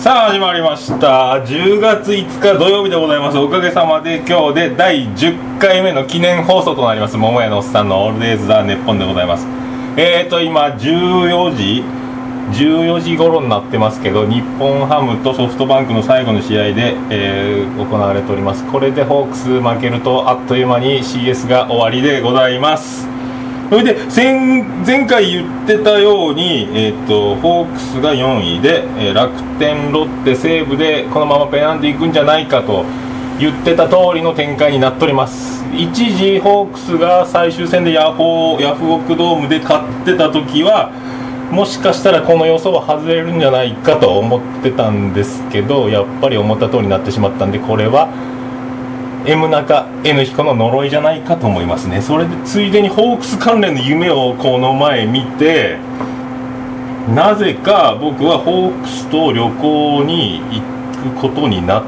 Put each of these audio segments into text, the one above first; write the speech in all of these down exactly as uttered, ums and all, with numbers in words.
さあ始まりました。じゅうがついつか土曜日でございます。おかげさまで今日でだいじゅっかいめの記念放送となります桃屋のおっさんのオールデイズ・ザ・ネッポンでございます。えーと今じゅうよじじゅうよじ頃になってますけど、日本ハムとソフトバンクの最後の試合で、えー、行われております。これでホークス負けるとあっという間に シーエス が終わりでございます。それで 前, 前回言ってたように、えー、とホークスがよんいで、えー、楽天、ロッテ、西武でこのままペナントいくんじゃないかと言ってた通りの展開になっております。一時ホークスが最終戦でヤホーヤフオクドームで勝ってた時はもしかしたらこの予想は外れるんじゃないかと思ってたんですけど、やっぱり思った通りになってしまったんで、これは M 中 N 彦の呪いじゃないかと思いますね。それでついでにホークス関連の夢をこの前見て、なぜか僕はホークスと旅行に行くことになって、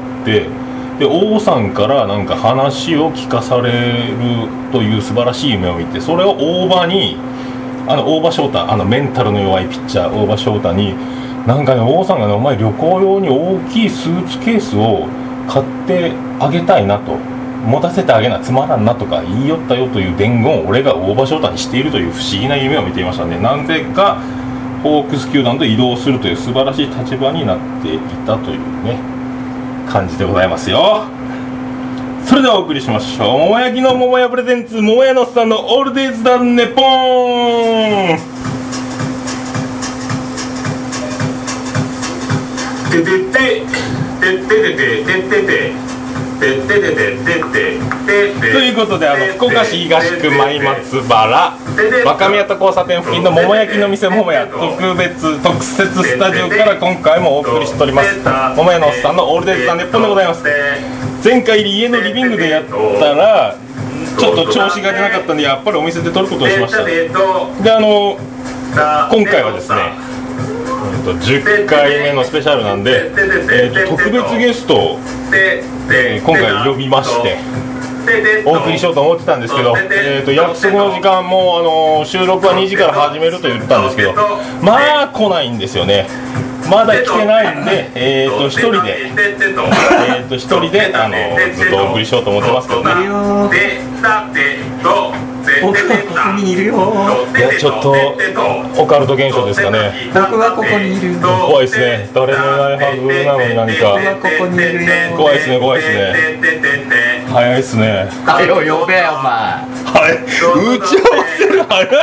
で王さんからなんか話を聞かされるという素晴らしい夢を見て、それを大場にあの大場翔太、あのメンタルの弱いピッチャー大場翔太になんかね、王さんがね、お前旅行用に大きいスーツケースを買ってあげたいなと、持たせてあげな、つまらんなとか言いよったよという伝言を俺が大場翔太にしているという不思議な夢を見ていましたね。なぜかホークス球団と移動するという素晴らしい立場になっていたというね感じでございますよ。それではお送りしましょう。桃焼きの桃屋プレゼンツ桃屋のおっさんのオールデイズ・ザ・ネポーン。ててててててててててということで、あの福岡市東区前松原若宮と交差点付近の桃焼きの店桃屋特別特設スタジオから今回もお送りしております桃屋のおっさんのオールデイズ・ザ・ネッポンでございます。前回家のリビングでやったらちょっと調子が出なかったんで、やっぱりお店で撮ることにしました。であの今回はですねじゅっかいめのスペシャルなんで、えー、と特別ゲストを、えー、今回呼びましてお送りしようと思ってたんですけど、えー、と約束の時間も、あのー、収録はにじから始めると言ったんですけど、まあ来ないんですよね。まだ来てないんで、えー、と一人で、えー、と一人で、あのー、ずっとお送りしようと思ってますけどね。 僕はここにいるよ。 いやちょっとオカルト現象ですかね。 僕はここにいるよ。 怖いですね。誰もいないはずなのに何か僕はここにいるよ。 怖いですね、怖いですね。早いですね。 はよ呼べよお前。 はい、打ち合わせる早い。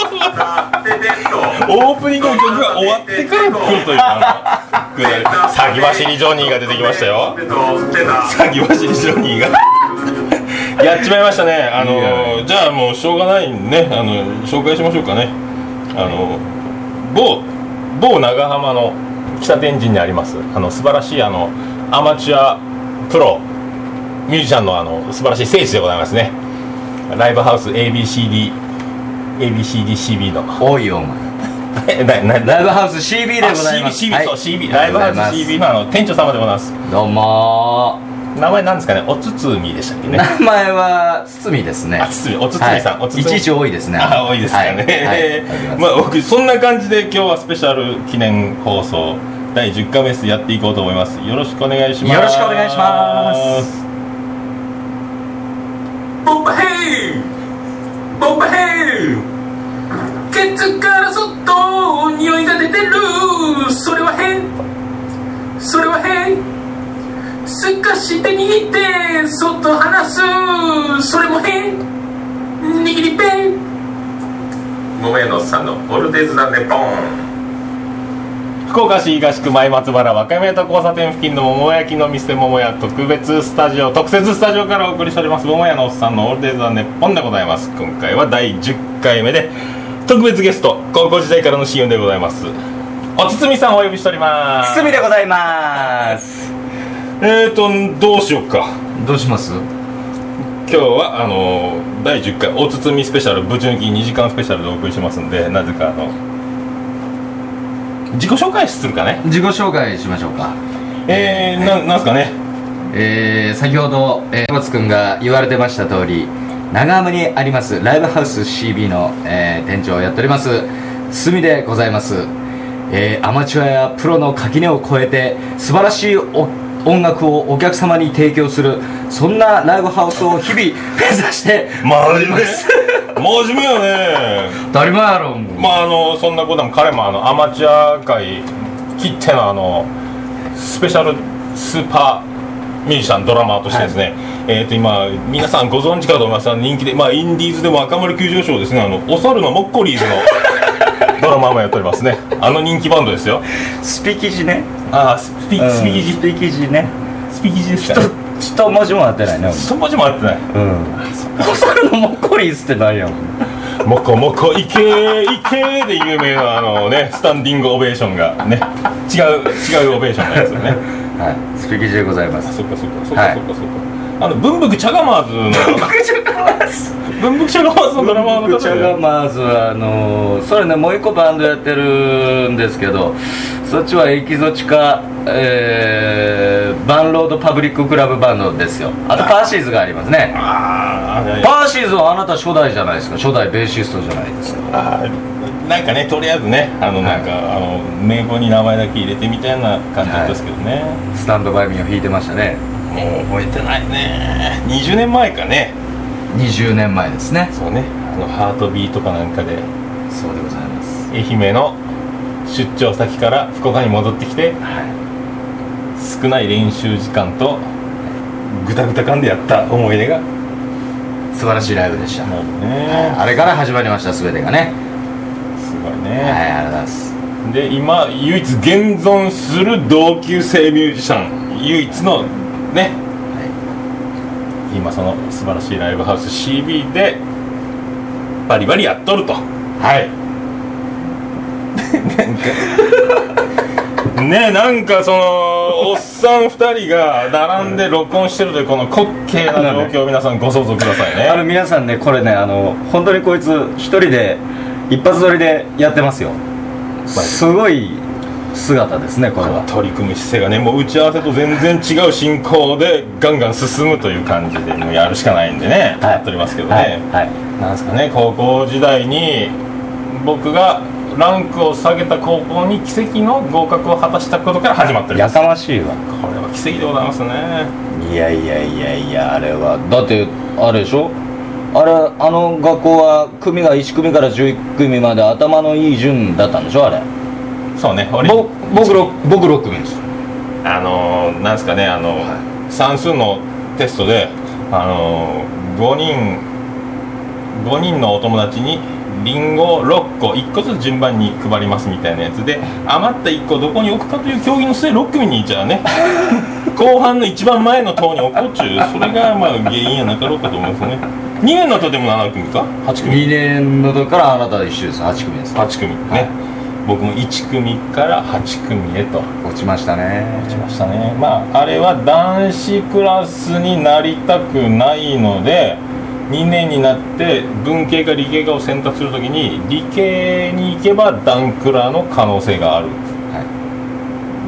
オープニングの曲が終わってから来るという詐欺走りジョニーが出てきましたよ。詐欺走りジョニーがやっちまいましたね。あのー、じゃあもうしょうがないんでね、あの紹介しましょうかね。あの某某長浜の北天神にあります、あの素晴らしいあのアマチュアプロミュージシャンのあの素晴らしい聖地でございますね。ライブハウス エービーシーディー エービーシーディーシービー の多いよお前ライブハウス シービー でございます。 シービー、 そう シービー ライブハウス シービー の, あの店長様でございます。 どうもー。名前なんですかね。おつつみでしたっけね。 名前はつつみですね。 あ、つつみ、おつつみさん、はい、おつつみいちいち多いですね。 あ、多いですかね、はいはい、まあ僕そんな感じで今日はスペシャル記念放送だいじゅっかいめやっていこうと思います。よろしくお願いします。 よろしくお願いします。 ボンバヘイボンバヘイ、ケツからそっと匂いが出てる。それは変、それは変、すかして握ってそっと離す。それも変、握りペン。桃屋のおっさんのオールデイズ・ザ・ネポン。 福岡市東区前松原若宮と交差点付近の桃焼きの店桃屋特別スタジオ特設スタジオからお送りしております桃屋のおっさんのオールデイズ・ザ・ネポンでございます。今回はだいじゅっかいめで特別ゲスト、高校時代からの親友でございますおつつみさんをお呼びしております。 つつみでございます。 えーとどうしようか。 どうします？ 今日はあのだいじゅっかいおつつみスペシャルぶち抜きにじかんスペシャルでお送りしますんで、なぜかあの自己紹介するかね。 自己紹介しましょうか。 えー、な, なんすかね、 えー、先ほど山津くんが言われてました通り、長浜にありますライブハウス シービー の、えー、店長をやっておりますつつみでございます。 えーアマチュアやプロの垣根を越えて素晴らしいお音楽をお客様に提供する、そんなライブハウスを日々目指して真面目真面目よね。 当たり前やろ。 まああのそんなことも彼もあのアマチュア界きってのあのスペシャルスーパーミュージシャンドラマーとしてですね、はい、えーと今皆さんご存知かと思いますが、人気で、まあ、インディーズでも赤丸急上昇ですね、あのお猿のモッコリーズのドラマーもやっておりますね。あの人気バンドですよ。 スピキジね。 ああスピ、うん、スピキジスピキジね。 スピキジですかね。 一文字も合ってないね。 一文字も合ってない。 うん。お猿のモッコリーズって何やん。 もこもこいけーいけーで有名なあのねスタンディングオベーションがね違う違うオベーションのやつね。 はい、スピキジでございます。 あ、そっかそっかそっかそっかそっか。あの文福チャガマーズの文福チャガマーズ文福チャガマーズのドラマーの方で。文福チャガマーズはあのー、それねもう一個バンドやってるんですけど、そっちはエキゾチカ、えー、バンロードパブリッククラブバンドですよ。あとパーシーズがありますね。ああ、パーシーズはあなた初代じゃないですか。初代ベーシストじゃないですか。あなんかね、とりあえずね、あのなんか、はい、あの名簿に名前だけ入れてみたいな感じだったんですけどね、 はい、スタンドバイミーを弾いてましたね。 もう覚えてないね。にじゅうねんまえかね。 にじゅうねんまえですね。 そうね、あのハートビートかなんかで、 そうでございます。 愛媛の出張先から福岡に戻ってきて、はい、少ない練習時間とぐたぐた感でやった思い出が素晴らしいライブでした。 なるね、 はい、あれから始まりました、全てがね。 すごいね。 はい、ありがとうございます。 で今唯一現存する同級生ミュージシャン、唯一のね、はい、今その素晴らしいライブハウス シービー でバリバリやっとると。はいね、なんかそのおっさんふたりが並んで録音してるというこの滑稽な状況を皆さんご想像くださいね。 あの皆さんね、これね、あの本当にこいつ一人で一発撮りでやってますよ。すごい姿ですね、これは。 取り組む姿勢がね、もう打ち合わせと全然違う進行でガンガン進むという感じでもうやるしかないんでね、はい、やっておりますけどね、はいはい、なんですかね、高校時代に僕がランクを下げた高校に奇跡の合格を果たしたことから始まってるんです。 やかましいわ。 これは奇跡でございますね。 いやいやいやいや、あれはだってあれでしょ、あれあの学校は組がいち組からじゅういち組まで頭のいい順だったんでしょ、あれ。 そうね、 僕ろ僕ろく組です。 あのー、なんですかね、あの、はい、算数のテストであのー、ごにんごにんのお友達にリンゴをろっこいっこずつ順番に配りますみたいなやつで、余ったいっこどこに置くかという競技の末ろっ組にじゃあね後半の一番前の塔に置こうっちゅう、それがまあ原因やなかろうかと思いますね。にねんのとでもなな組かはち組。 にねんのとからあなたは一緒です。はち組です。 はち組ね、はい、僕もいち組からはち組へと落ちましたね。 落ちましたね。まああれは男子クラスになりたくないので、にねんになって文系か理系かを選択するときに理系に行けばダンクラの可能性がある、はい、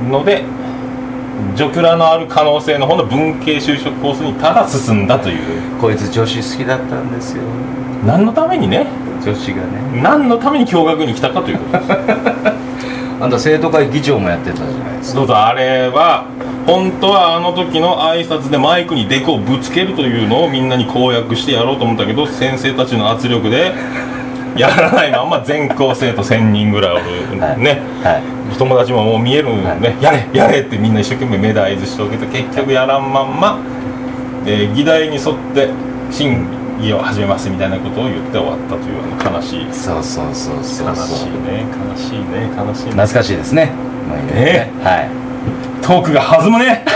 のでジョクラのある可能性の方の文系就職コースにただ進んだという。 こいつ女子好きだったんですよ。 何のためにね、 女子がね、 何のために共学に来たかということですあんた生徒会議長もやってたじゃないですか。 どうぞ。あれは本当はあの時の挨拶でマイクにデコをぶつけるというのをみんなに公約してやろうと思ったけど、先生たちの圧力でやらないまま全校生徒せんにんぐらいおる、はい、ね、はい、友達ももう見えるんで、はい、やれやれってみんな一生懸命目で合図しておけど結局やらんまんま、えー、議題に沿って審議を始めますみたいなことを言って終わったというあの悲しい。 そうそうそうそう、 悲しいね悲しいね悲しいね。 懐かしいですね。まあいいね、 えー、はい、トークが弾むね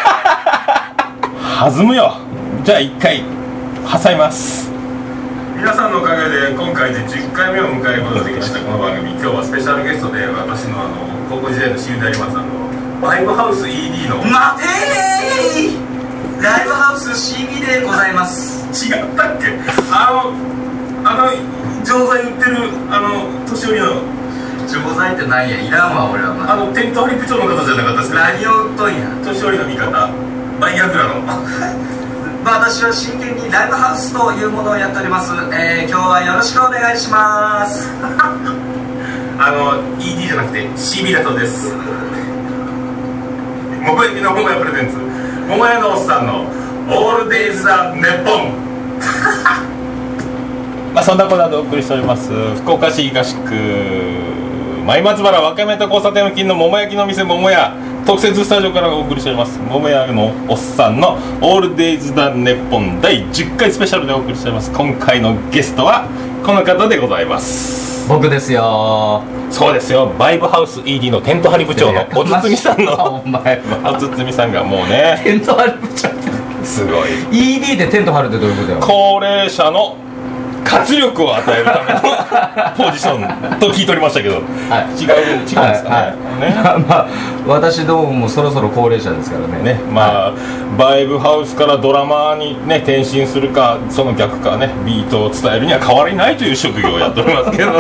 弾むよ。じゃあ一回挟みます。皆さんのおかげで今回でじゅっかいめを迎えることができましたこの番組。今日はスペシャルゲストで私のあの高校時代の親友でありますあのライブハウス イーディー の待てーライブハウス シービー でございます。 違ったっけ。あのあの錠剤売ってるあの年寄りの錠剤って何や、いらんわ俺は。まあのテント張り部長の方じゃなかったですか。 何を売っとんや。 年寄りの味方バイアグラの私は真剣にライブハウスというものをやっております。えー、今日はよろしくお願いしますあの イーディー じゃなくて シービー だそうです。桃焼きの桃屋プレゼンツ桃屋のおっさんのオールデイズ・ザ・ネッポンまあそんなことでお送りしております福岡市東区前松原若宮と交差点付近の桃焼きの店桃屋特設スタジオからお送りしております桃屋のおっさんのオールデイズ・ザ・ネッポンだいじゅっかいスペシャルでお送りしております。今回のゲストはこの方でございます。 僕ですよ。 そうですよ、バイブハウス イーディー のテント張り部長のおつつみさんのお前はおつつみさんがもうねテント張り部長すごいイーディー でテント張るってどういうことよ。 高齢者の活力を与えるためのポジションと聞いておりましたけど、はい、違う違うんですかね、はいはい、ねまあ私どうもそろそろ高齢者ですからね。 ね、まあ、はい、バイブハウスからドラマーにね転身するかその逆かねビートを伝えるには変わりないという職業をやっておりますけどね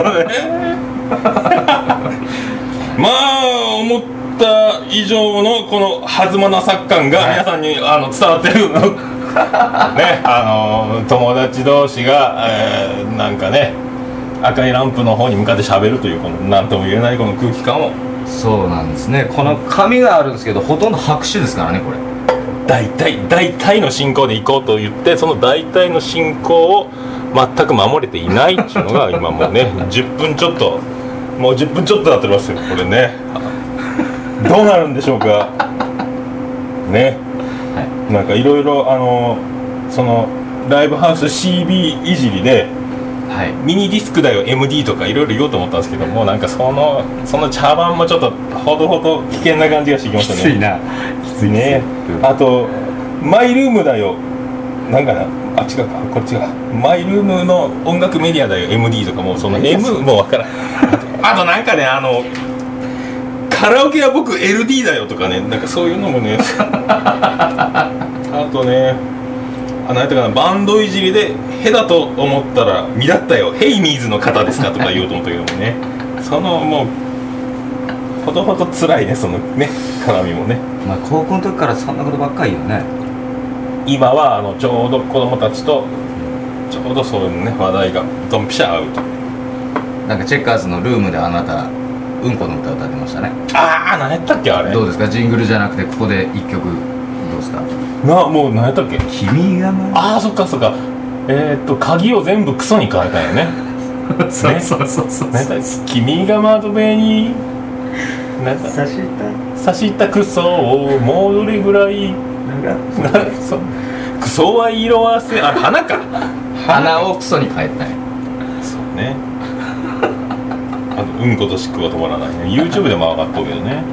まあ思った以上のこの弾まな作感が皆さんに、はい、あの伝わってるのね、あの友達同士が、えー、なんかね赤いランプの方に向かって喋るというこの何とも言えないこの空気感を。 そうなんですね。この紙があるんですけどほとんど白紙ですからねこれ。 大体大体の進行で行こうと言ってその大体の進行を全く守れていないっていうのが今もうねじゅっぷんちょっともうじゅっぷんちょっとなってますよこれねどうなるんでしょうかね、はい、なんかいろいろあのそのライブハウス シービー いじりで、はい、ミニディスクだよ エムディー とかいろいろ言おうと思ったんですけどもなんかそのその茶番もちょっとほどほど危険な感じがしてきましたね。 きついなきついね。あとマイルームだよなんかなあ違うかこっちがマイルームの音楽メディアだよ エムディー とかもその M もわからんあとなんかねあのカラオケは僕 エルディー だよとかねなんかそういうのもねあとねあなんていうかなバンドいじりでへだと思ったら見だったよヘイミーズの方ですかとか言おうと思ったけどもねそのもうほどほど辛いねそのね絡みもね。 まあ高校の時からそんなことばっかりよね。 今はあのちょうど子供たちとちょうどそういうね話題がドンピシャ合うと。 なんかチェッカーズのルームであなたうんこの歌歌ってましたね。 ああ何やったっけあれ。 どうですかジングルじゃなくてここで一曲どうですか。 なもう何やったっけ君がまああそっかそっかえー、っと鍵を全部クソに変えたんよねそうそうそうそう君が窓辺に差した差したクソをもうどれぐらいクソは色あせあれ花か花をクソに変えたい。 そうねあとうんことしくは止まらないね YouTube でも上がっとるけどね、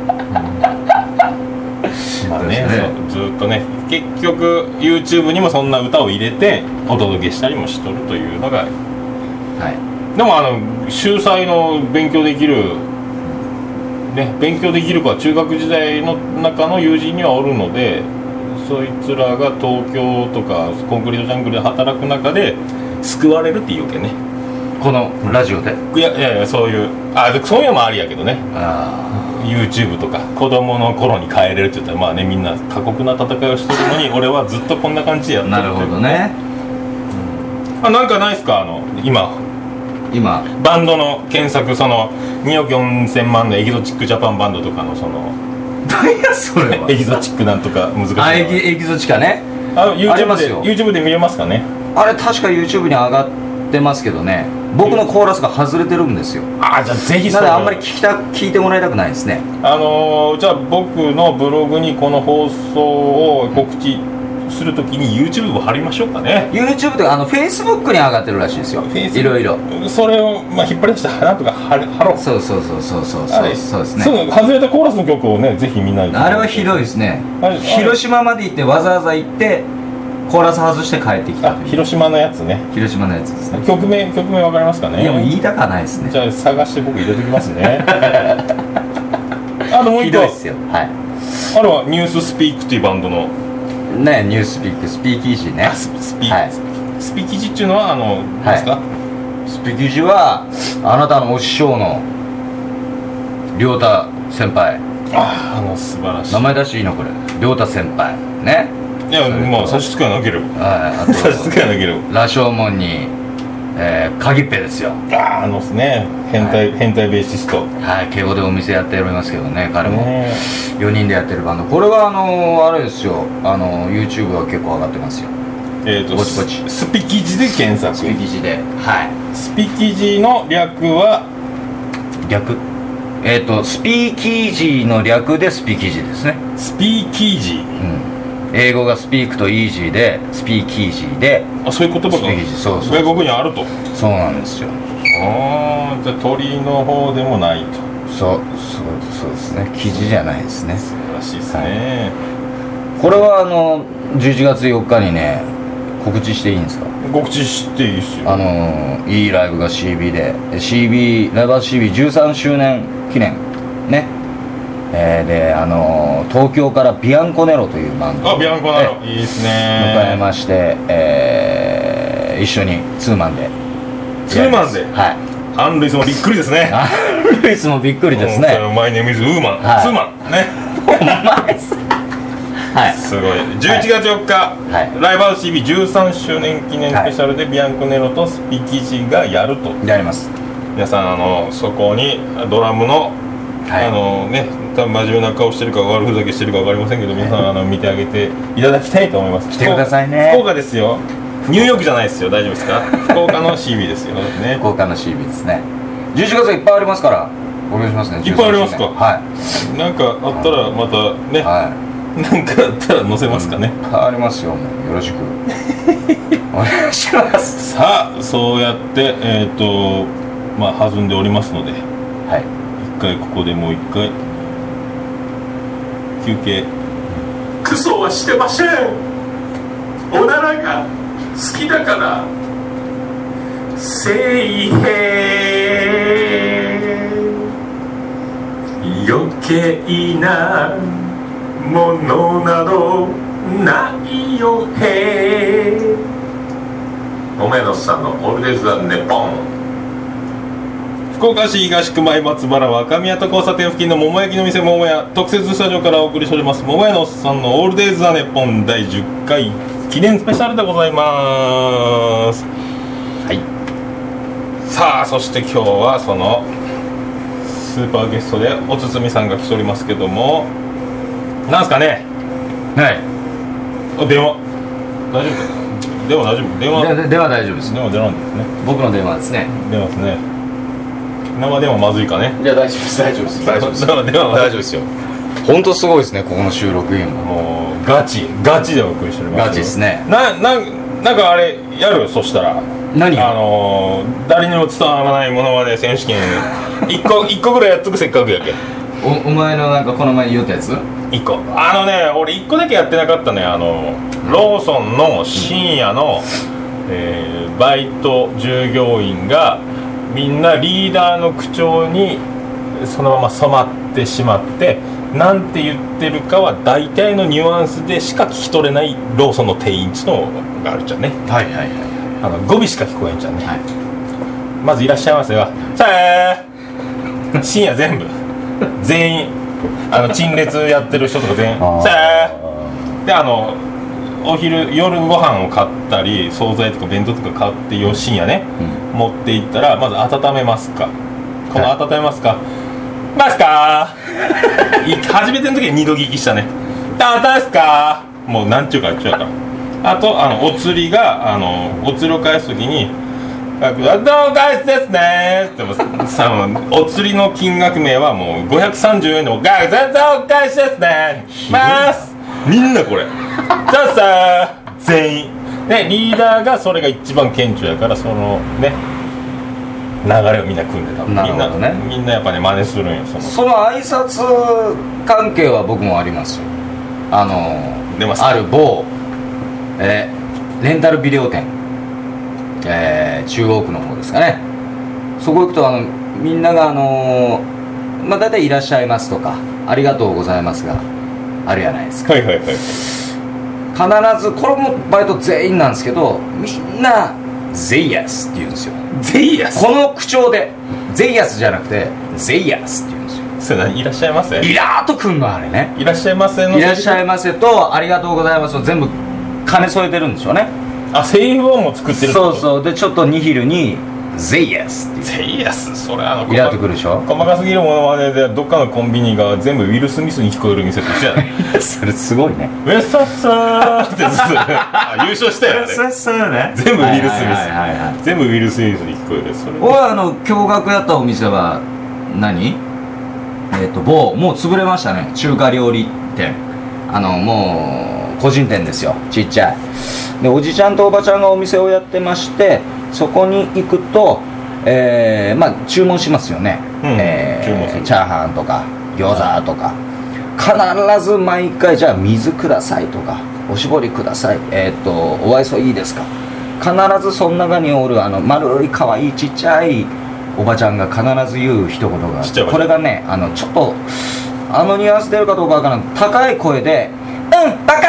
うん、まあねそうずっとね結局 YouTube にもそんな歌を入れてお届けしたりもしとるというのが、はい、でもあの秀才の勉強できるね、勉強できる子は中学時代の中の友人にはおるのでそいつらが東京とかコンクリートジャングルで働く中で救われるっていうわけねこのラジオで。 いやいやいやそういうあそういうのもありやけどねあ YouTube とか子供の頃に帰れるって言ったらまあねみんな過酷な戦いをしてるのに俺はずっとこんな感じでやってる。 なるほどね、 うん、あなんかないっすかあの今今バンドの検索そのにおくよんせんまんのエキゾチックジャパンバンドとかのその何やそれはエキゾチックなんとか難しいあエキ、エキゾチカねあ YouTube で YouTube で見れますかね。 あれ確か YouTube に上がってますけどね僕のコーラスが外れてるんですよ。 あじゃあぜひそれなのであんまり聞きた聞いてもらいたくないですね。 あのー、じゃあ僕のブログにこの放送を告知するときに YouTube を貼りましょうかね。 YouTube とかあの Facebook に上がってるらしいですよいろいろそれを、まあ、引っ張り出してなんとか貼ろう。そうそうそうそうそうそうそうですね。 そう外れたコーラスの曲をねぜひみんなに。 あれはひどいですね。広島まで行ってわざわざ行ってコーラス外して帰ってきた。 広島のやつね。 広島のやつですね。 曲名曲名わかりますかね。 いやもう言いたくはないですね。 じゃあ探して僕入れときますねあともう一個ひどいっすよ。はいあれはニューススピークっていうバンドのねニュースピークスピーキージね。 スピー、はい、スピーキージっていうのはあの何ですか、はい、 スピーキージはあなたのお師匠の亮太先輩。 あああの素晴らしい名前出していいのこれ亮太先輩ね。 いやもう差し支えなければ、 はい、あと差し支えなければ羅生門にえー、鍵っぺですよ。 ああのですね、変態、はい、変態ベーシスト、 はい、敬語でお店やっておりますけどね、彼もよにんでやってるバンド。これはあのー、あれですよ、あのー、YouTube は結構上がってますよ。 えーとぼちぼちスピキジで検索。 スピキジで、はい。 スピキジの略は略えっ、ー、とスピーキージーの略でスピキジですね。 スピーキージー、 うん、英語がスピークとイージーでスピーキージーで、 あ、そういう言葉がスピーキージー、そうそう、 外国にあると。 そうなんですよ。 ああ、じゃあ鳥の方でもないと。 そうそうそうですね、記事じゃないですね。 素晴らしいですね、 はい、これはあのじゅういちがつよっかにね、告知していいんですか？ 告知していいっすよ。 あのいいライブが シービー で シービー ライブハウス シービーじゅうさんしゅうねん記念ね、えー、であの東京からビアンコネロというバンド、 あ、ビアンコネロいいですね。 迎えまして、えー、一緒にツーマンでツーマンで、 はい、 アン・ルイスもびっくりですね。 アン・ルイスもびっくりですね。 マイネームイズウーマン、 はい、 ツーマンね。 お前はい、 すごい。じゅういちがつよっか、はい、ライブハウス シービーじゅうさんしゅうねん記念スペシャルでビアンコネロとスピキジがやると。 やります。 皆さん、あのそこにドラムの、はい、あのね、多分真面目な顔してるか悪ふざけしてるか分かりませんけど、皆さん、あの見てあげていただきたいと思います。 来てくださいね。 福岡ですよ。ニューヨークじゃないですよ。大丈夫ですか？福岡の シービー ですよね。 福岡の シービー ですね。じゅういちがつはいっぱいありますからお願いしますね。 いっぱいありますか？ はい。 なんかあったらまたね、はい、なんかあったら載せますかね。 うん、ありますよ。もうよろしくお願いします。 さあ、そうやってえっ、ー、とまあ弾んでおりますので、 はい、 一回ここでもう一回休憩。 クソはしてません。おならが好きだからせいへ余計なものなどないよへ。桃屋のさんのオールデイズ・ザ・ネポン。 福岡市東区前松原若宮と交差点付近の桃焼きの店桃屋特設スタジオからお送りしております桃屋のおっさんのオールデイズ・ザ・ネポンだいじゅっかい記念スペシャルでございます。 はい。 さあ、そして今日はそのスーパーゲストでおつつみさんが来ておりますけども、なんすかね。 はい。 あ、電話大丈夫か？電話大丈夫？電話で電話大丈夫です。 電話出ないんですね。 僕の電話ですね。 電話ですね。生電話まずいかね。 いや大丈夫です大丈夫です大丈夫です。 電話大丈夫ですよ。 本当すごいですね、ここの収録員も。 もうガチガチでお送りしております。 ガチですね。 なななんかあれやる？そしたら何？ あのー、誰にも伝わらないものまね選手権一個一個ぐらいやっとく。せっかくやけ。 おお前のなんかこの前言ったやつ？ 一個。あのね、俺一個だけやってなかったね。あのローソンの深夜の、えー、バイト従業員がみんなリーダーの口調にそのまま染まってしまって、なんて言ってるかは大体のニュアンスでしか聞き取れないローソンの店員っていうのがあるじゃんね。 はいはいはい。 あの語尾しか聞こえんじゃんね。 はい、 まずいらっしゃいませが、さあ深夜全部全員あの陳列やってる人とか全員さあで、あのお昼夜ご飯を買ったり惣菜とか弁当とか買ってよ深夜ね、うん、持っていったらまず温めますか、この温めますか、ますか初めての時に二度聞きしたね。温めますか、もうなんちゅうかあっちゅうから。あとあのお釣りがあのお釣りを返す時にどう返すですねってもさお釣りの金額名はもうごひゃくさんじゅうえんでも全然お返しですねますみんなこれさあさあ全員でリーダーがそれが一番顕著やからそのね流れをみんな組んでた。 なるほどね。 みんなみんなやっぱね真似するんよ。そのその挨拶関係は僕もありますよ。あの出ますある某、えー、レンタルビデオ店、えー、中央区の方ですかね。そこ行くとあのみんながあのー、まあ大体いらっしゃいますとかありがとうございますがあるじゃないですか。 はいはいはい。 必ずこれもバイト全員なんですけどみんなゼイヤスって言うんですよ。 ゼイヤス、 この口調でゼイヤスじゃなくてゼイヤスって言うんですよ。 それ何？いらっしゃいませイラーっとくんのあれね。 いらっしゃいませのいらっしゃいませとありがとうございますを全部金添えてるんでしょうね。 あ、セリフをも作ってるってこと。 そうそう。でちょっとニヒルにゼイエスっていう。 ゼイエス、それあのイラっとくるでしょ。 細かすぎるものまねでどっかのコンビニが全部ウィル・スミスに聞こえる店としてやねそれすごいね。 ウェッサッサーってずっとあ優勝したよね。ウェッサッサーね。全部ウィル・スミス、全部ウィル・スミスに聞こえる。それ俺あの驚愕やったお店は何、えっ、ー、と某もう潰れましたね、中華料理店。あのもう個人店ですよ、ちっちゃいで。おじちゃんとおばちゃんがお店をやってまして、そこに行くと、えー、まあ注文しますよね、うん、えー、注文するチャーハンとか餃子とか、必ず毎回じゃあ水くださいとかおしぼりください、えっ、ー、とお愛想いいですか、必ずその中におるあの丸い可愛いちっちゃいおばちゃんが必ず言う一言があって、これがね、あのちょっとあのニュアンス出るかどうかわからない高い声で「うん分かった!」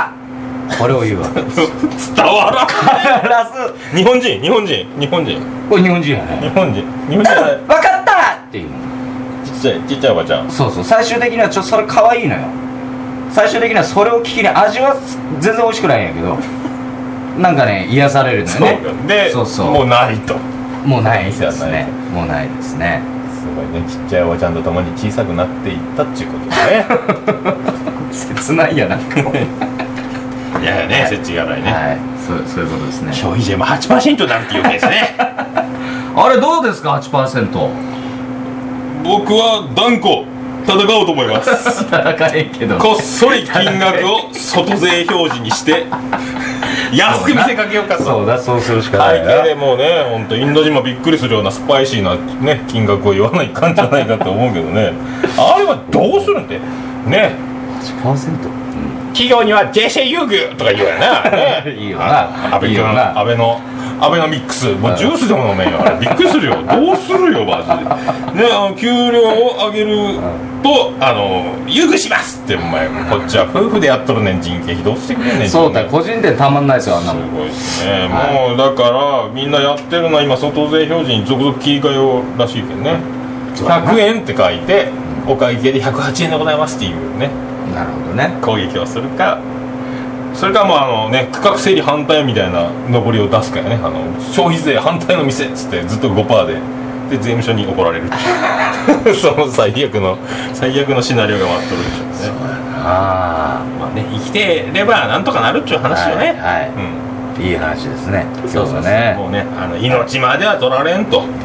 これを言うわけです伝わら必ず日本人日本人日本人これ日本人やね。 日本人日本人、 うん、分かったっていうちっちゃいちっちゃいおばちゃん。 そうそう、最終的にはちょっとそれ可愛いのよ。最終的にはそれを聞きに味は全然美味しくないんやけどなんかね癒されるのよね。 そうでそうそうもうないともうないですね。もうないですね。 すごいね、ちっちゃいおばちゃんとともに小さくなっていったっていうことですね切ないやなんかいやいやね、設置がないね、 はい、そう、そういうことですね。 消費税も はちパーセント になるっていうわけですねあれどうですか はちパーセント。 僕は断固戦おうと思います戦えけどこっそり金額を外税表示にして安く見せかけようかと。 そうだ、そうするしかないな。 会計でもうね、本当インド人もびっくりするようなスパイシーなね金額を言わないかんじゃないかと思うけどねあれはどうするんってね。 はちパーセント、 企業には ジェーシー 優遇とか言うよな、ね、 いいよな、 安倍君、安倍のアベノミックス、もうジュースでも飲めんよあれびっくりするよどうするよマジでね。あの給料を上げるとあの優遇しますってお前こっちは夫婦でやっとるねん、人件費どうしてくれんねん。 そうだ、個人店たまんないですよあんなもん。 すごいですね、はい、もうだからみんなやってるのは今外税表示に続々切り替えようらしいけどね。ひゃくえんって書いてお会計でひゃくはちえんでございますっていうね。 なるほどね。 攻撃をするか、それからもうあのね区画整理反対みたいな上りを出すかやね。あの消費税反対の店っつってずっと ごパーセント でで税務署に怒られるその最悪の最悪のシナリオが待っとるでしょうね。そうだなあ、まあね生きてればなんとかなるっちゅう話よね。はい、はい、うん、 いい話ですね。 そうそうそう、ね、もうねあの命までは取られんと、はい、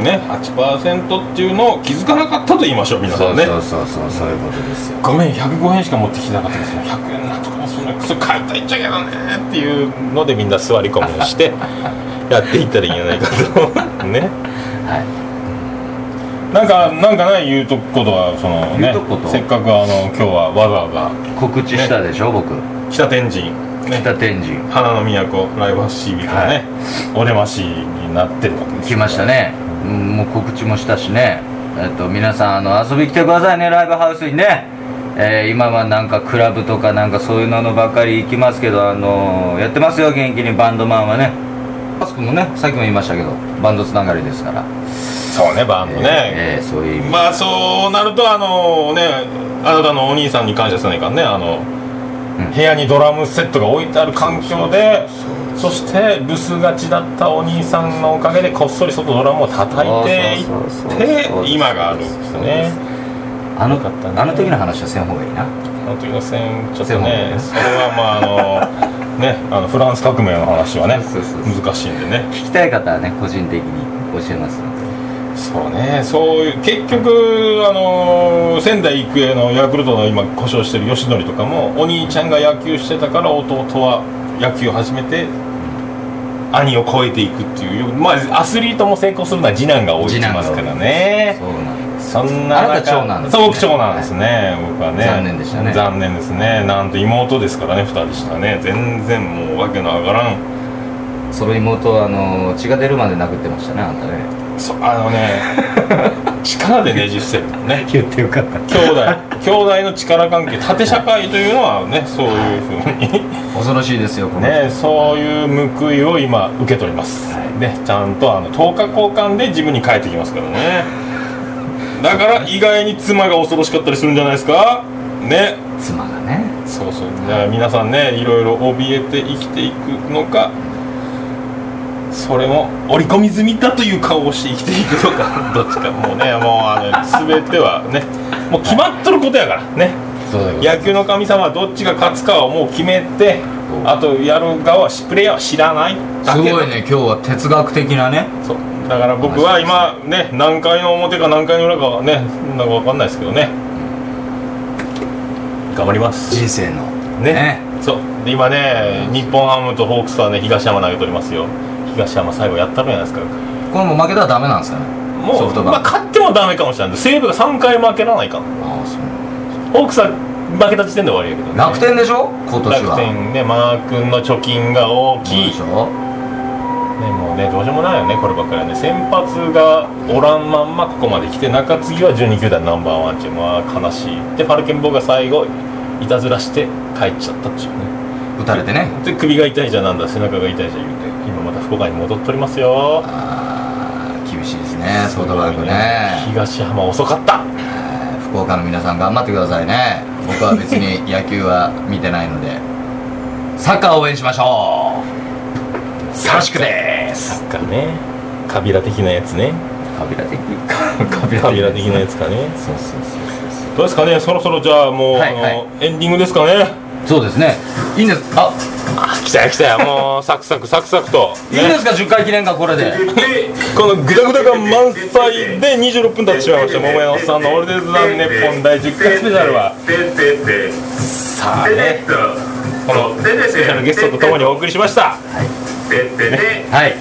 ね はちパーセント っていうのを気づかなかったと言いましょう皆さんね。 そうそうそうそう、そういうことですよ。 ごめんひゃくごえんしか持ってきてなかったですよ。ひゃくえんなんとかもそんなクソ買いたいっちゃけどねっていうのでみんな座り込みをしてやっていったらいいんじゃないかとね。はい。なんかなんかね言うとくことはそのね、せっかくあの今日はわざわざ告知したでしょ、ね、僕北天神、 ね、北天神花の都ライブハウス シービー からね、はい、お出ましになってるわけです。 来ましたね、うん、もう告知もしたしね、えっと皆さんあの遊び来てくださいねライブハウスにね。えー、今はなんかクラブとかなんかそういうのばっかり行きますけど、あのー、やってますよ元気にバンドマンはね。マスクもねさっきも言いましたけどバンドつながりですから。 そうねバンドね、 えーえー、そういう意味。 まあそうなるとあのねあなたのお兄さんに感謝せないかんね。あの、うん、部屋にドラムセットが置いてある環境で、そして留守がちだったお兄さんのおかげでこっそり外ドラムを叩いていって今があるんですね。 あのかったね、あの時の話はせん方がいいな。 あの時のせんちょっとねそれはまああのねあのフランス革命の話はねそうそうそう難しいんでね。 聞きたい方はね個人的に教えますので。 そうね、そういう結局あのー、仙台育英のヤクルトの今故障してる吉典とかもお兄ちゃんが野球してたから弟は野球を始めて兄を超えていくっていう、まあアスリートも成功するのは次男が多いってますからね。 そうなんです。 そんなあなた長男ですね。 そう僕長男ですね、はい、僕はね残念でしたね。 残念ですね。なんと妹ですからねふたりしたね。全然もうわけのわからん。 その妹はあの血が出るまで殴ってましたねあんたね。 そうあのね力でねじ伏せるのね言ってよかった兄弟兄弟の力関係縦社会というのはねそういうふうに恐ろしいですよこのねそういう報いを今受け取ります、はい、ねちゃんとあのとおか交換で自分に返ってきますからね。だから意外に妻が恐ろしかったりするんじゃないですかね。 妻がねそうそう。じゃあ皆さんねいろいろ怯えて生きていくのかそれも織り込み済みだという顔をして生きていくのかどっちかもうねもうあの全てはねもう決まっとることやからね。 そうだよ。 野球の神様はどっちが勝つかをもう決めて、あとやる側はプレイヤーは知らないだけ。 すごいね今日は哲学的なね。 そうだから僕は今ね何回の表か何回の裏かねなんか分かんないですけどね頑張ります。 人生のねね。 そうで今ね日本ハムとホークスはね東山投げておりますよ。東山最後やったるじゃないですか。 これも負けたらダメなんですかね。 もうソフトバンクまあ勝ってもダメかもしれない。西武がさんかい負けらないかん。 ああそう。 ホークスは負けた時点で終わりやけど、ね、 楽天でしょ今年は。 楽天ねマー君の貯金が大きいそうでしょ。 ね、もうねどうしようもないよねこればっかりはね。先発がおらんまんまここまで来て中継ぎはじゅうに球団ナンバーワンチームは悲しい。でファルケンボーが最後いたずらして帰っちゃったっていうね。 打たれてね。 で首が痛いじゃなんだ背中が痛いじゃ言うて今また福岡に戻っておりますよ。 ああ厳しいですねソフトバンクね。 東浜遅かった。 福岡の皆さん頑張ってくださいね。僕は別に野球は見てないのでサッカーを応援しましょう。よろしくでーす。 サッカーねカビラ的なやつね。 カビラ的カビラ的なやつかね。 そうそうそうどうですかねそろそろじゃあもう、 はいはいあのエンディングですかね。 そうですね。いいんです。あ、 あ来たよ来たよもうサクサクサクサクと、ね、 いいんですかじゅっかい記念かこれで。 このグダグダ感満載でにじゅうろっぷん経ってしまいました。桃屋のおっさんのオールデイズ・ザ・ネッポンだいじゅっかいスペシャルはさあねこのスペシャルゲストとともにお送りしました。 はい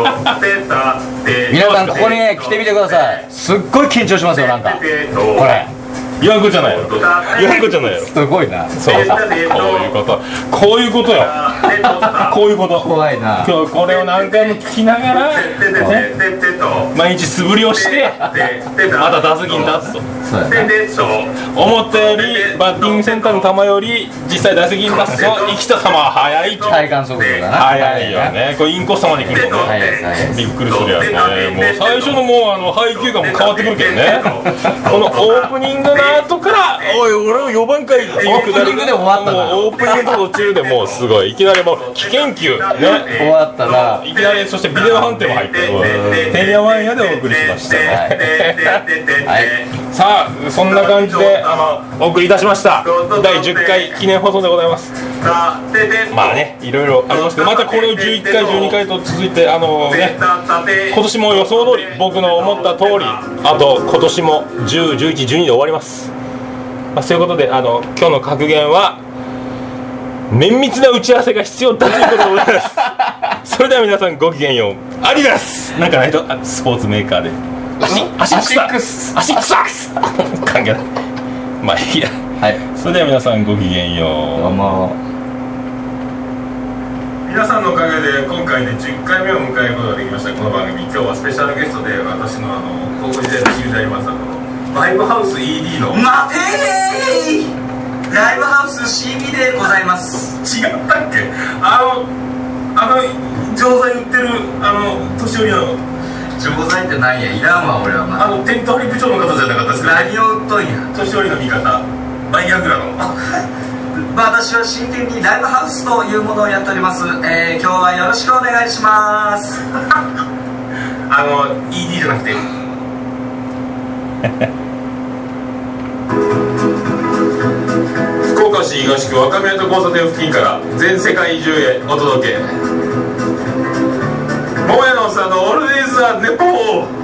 皆さんここにね来てみてください。すっごい緊張しますよなんかこれ。 言わんこじゃないやろ言わんこじゃないやろ。 すごいな。 そうこういうことこういうことよこういうこと怖いな。 今日これを何回も聞きながら、ね、毎日素振りをしてまた打席に立つとそうやな。 思ったよりバッティングセンターの球より実際打席に立つと生きた球は速いっちゅう。 体感速度だな。 速いよね。これインコース球に来るとね速いです速いです。 びっくりするやんね。もう最初のもうあの配球がもう変わってくるけどねこのオープニングの後から「おい俺をよばんかい」っていうくだりオープニングで終わったな。 もうオープニングの途中でもうすごいいきなりもう危険球ね終わったな。 いきなりそしてビデオ判定も入っててんやわんやでお送りしましたねはいさあそんな感じであのお送りいたしましただいじゅっかい記念放送でございます。まあねいろいろありますけどまたこれをじゅういっかいじゅうにかいと続いてあのね今年も予想通り僕の思った通りあと今年もじゅう、じゅういち、じゅうにで終わります。まあ、そういうことであの今日の格言は綿密な打ち合わせが必要だということでございますそれでは皆さんごきげんようアディダスなんかないとあスポーツメーカーで足足草足草関係ないまあいいや、はい、それでは皆さんごきげんよう。 どうも。 皆さんのおかげで今回でじゅっかいめを迎えることができました。この番組今日はスペシャルゲストで私のあの高校時代の知り合いでありますあのライブハウス イーディー の待てーライブハウス シービー でございます。 違ったっけあのあの錠剤売ってるあの年寄りの錠剤ってなんやいらんわ俺はまだ。 あのテント張り部長の方じゃなかったですか、ね、 何を売っとんや年寄りの味方バイアグラの私は真剣にライブハウスというものをやっております、えー、今日はよろしくお願いしますあの イーディー じゃなくて福岡市東区若宮と交差点付近から全世界中へお届け桃屋のおっさんのオールデイズ・ザ・ネポー